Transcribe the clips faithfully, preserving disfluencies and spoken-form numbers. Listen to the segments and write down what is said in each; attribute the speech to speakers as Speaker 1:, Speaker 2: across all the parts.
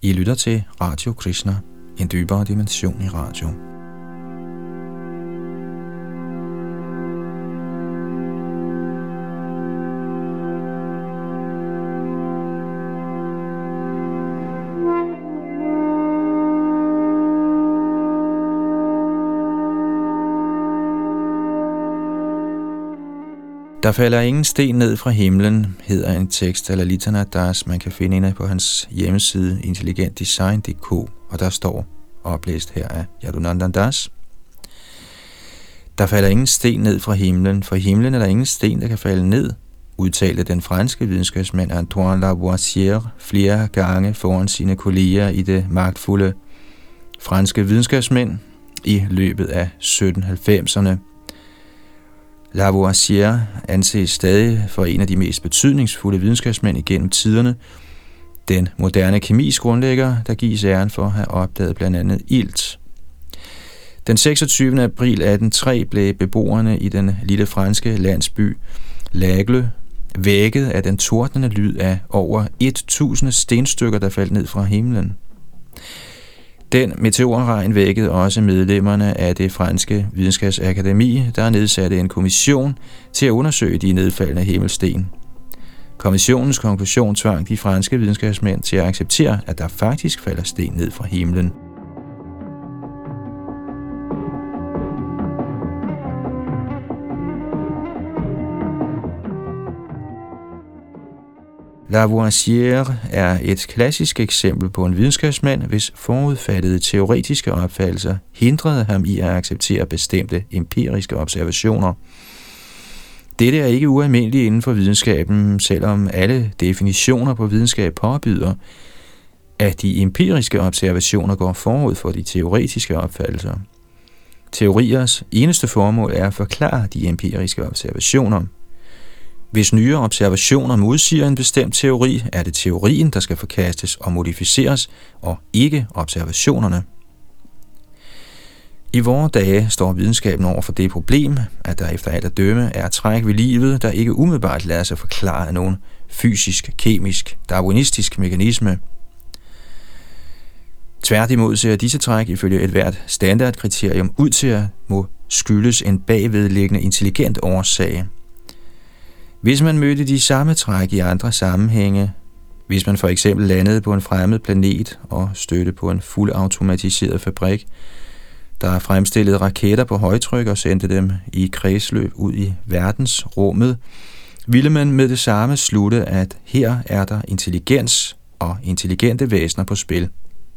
Speaker 1: I lytter til Radio Krishna, en dybere dimension i radio. Der falder ingen sten ned fra himlen, hedder en tekst af Lalita Das, man kan finde inde på hans hjemmeside intelligent design punktum d k, og der står, oplæst her af Yadunandan Das: Der falder ingen sten ned fra himlen, for himlen er der ingen sten, der kan falde ned, udtalte den franske videnskabsmand Antoine Lavoisier flere gange foran sine kolleger i det magtfulde franske videnskabsmænd i løbet af sytten halvfemserne. Lavoisier anses stadig for en af de mest betydningsfulde videnskabsmænd igennem tiderne. Den moderne kemis grundlægger, der gives æren for at have opdaget blandt andet ilt. Den seksogtyvende april atten hundrede og tre blev beboerne i den lille franske landsby L'Aigle vækket af den tordnende lyd af over tusind stenstykker, der faldt ned fra himlen. Den meteorregn vækkede også medlemmerne af det franske videnskabsakademi, der nedsatte en kommission til at undersøge de nedfaldende himmelsten. Kommissionens konklusion tvang de franske videnskabsmænd til at acceptere, at der faktisk falder sten ned fra himlen. Lavoisier er et klassisk eksempel på en videnskabsmand, hvis forudfattede teoretiske opfattelser hindrede ham i at acceptere bestemte empiriske observationer. Dette er ikke ualmindeligt inden for videnskaben, selvom alle definitioner på videnskab påbyder, at de empiriske observationer går forud for de teoretiske opfattelser. Teoriers eneste formål er at forklare de empiriske observationer. Hvis nye observationer modsiger en bestemt teori, er det teorien, der skal forkastes og modificeres, og ikke observationerne. I vore dage står videnskaben over for det problem, at der efter alt at dømme er træk ved livet, der ikke umiddelbart lader sig forklare af nogen fysisk, kemisk, darwinistisk mekanisme. Tværtimod ser disse træk ifølge et hvert standardkriterium ud til at må skyldes en bagvedliggende intelligent årsag. Hvis man mødte de samme træk i andre sammenhænge, hvis man for eksempel landede på en fremmed planet og stødte på en fuldautomatiseret fabrik, der fremstillede raketter på højtryk og sendte dem i kredsløb ud i verdensrummet, ville man med det samme slutte, at her er der intelligens og intelligente væsener på spil.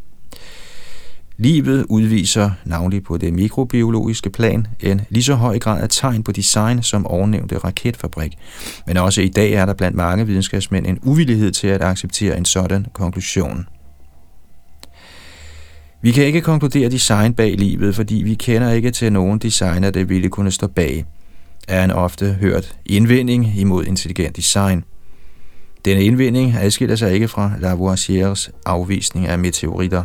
Speaker 1: Livet udviser, navnlig på det mikrobiologiske plan, en lige så høj grad af tegn på design som ovennævnte raketfabrik. Men også i dag er der blandt mange videnskabsmænd en uvillighed til at acceptere en sådan konklusion. Vi kan ikke konkludere design bag livet, fordi vi kender ikke til nogen designer, der ville kunne stå bag, er en ofte hørt indvending imod intelligent design. Denne indvending adskiller sig ikke fra Lavoisiers afvisning af meteoritter.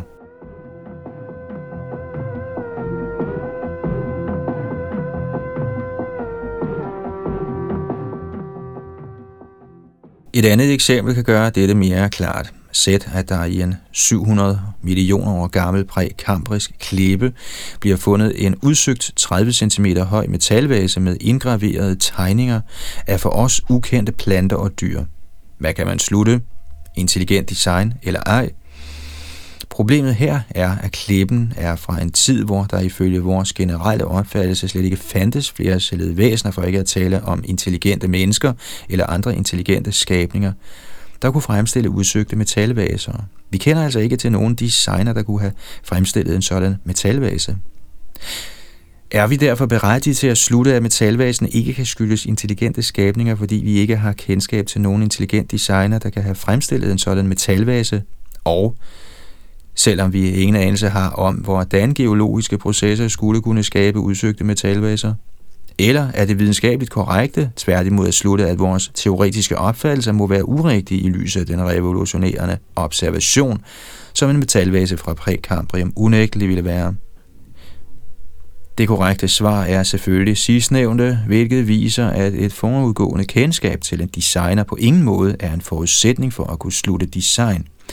Speaker 1: Et andet eksempel kan gøre dette mere klart. Sæt, at der i en syv hundrede millioner år gammel prækambrisk klippe bliver fundet en udsøgt tredive centimeter høj metalvase med indgraverede tegninger af for os ukendte planter og dyr. Hvad kan man slutte? Intelligent design eller ej? Problemet her er, at klippen er fra en tid, hvor der ifølge vores generelle opfattelse slet ikke fandtes flercellede væsener, for ikke at tale om intelligente mennesker eller andre intelligente skabninger, der kunne fremstille udsøgte metalvaser. Vi kender altså ikke til nogen designer, der kunne have fremstillet en sådan metalvase. Er vi derfor berettiget til at slutte, at metalvasen ikke kan skyldes intelligente skabninger, fordi vi ikke har kendskab til nogen intelligent designer, der kan have fremstillet en sådan metalvase? Og selvom vi ingen anelse har om, hvordan geologiske processer skulle kunne skabe udsøgte metalvaser? Eller er det videnskabeligt korrekte, tværtimod at slutte, at vores teoretiske opfattelser må være urigtige i lyset af den revolutionerende observation, som en metalvase fra prækambrium unægteligt ville være? Det korrekte svar er selvfølgelig sidstnævnte, hvilket viser, at et forudgående kendskab til en designer på ingen måde er en forudsætning for at kunne slutte design.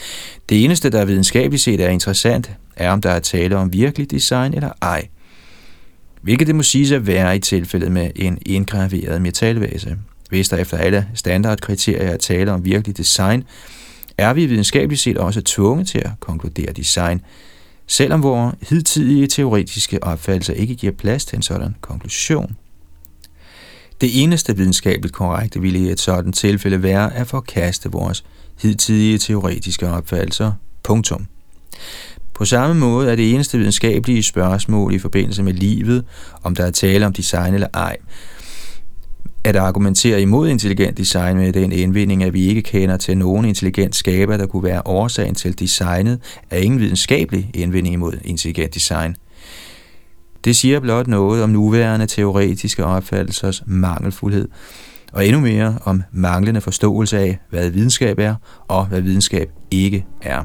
Speaker 1: Det eneste, der videnskabeligt set er interessant, er om der er tale om virkelig design eller ej. Hvilket det må siges at være i tilfældet med en indgraveret metalvase. Hvis der efter alle standardkriterier er tale om virkelig design, er vi videnskabeligt set også tvunget til at konkludere design, selvom vores hidtidige teoretiske opfattelser ikke giver plads til en sådan konklusion. Det eneste videnskabeligt korrekte ville i et sådan tilfælde være at forkaste vores hidtidige teoretiske opfattelser. Punktum. På samme måde er det eneste videnskabelige spørgsmål i forbindelse med livet, om der er tale om design eller ej, at argumentere imod intelligent design med den indvending, at vi ikke kender til nogen intelligent skaber, der kunne være årsagen til designet, er ingen videnskabelig indvending imod intelligent design. Det siger blot noget om nuværende teoretiske opfattelsers mangelfuldhed, og endnu mere om manglende forståelse af, hvad videnskab er, og hvad videnskab ikke er.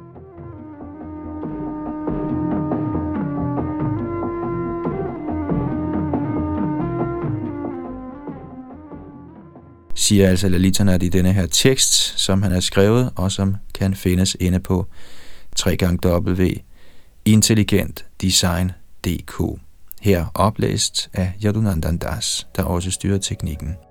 Speaker 1: Siger altså Lalitanath i denne her tekst, som han har skrevet, og som kan findes inde på w w w punktum intelligent design punktum d k. Her oplæst af Yadunandan Das, der også styrer teknikken.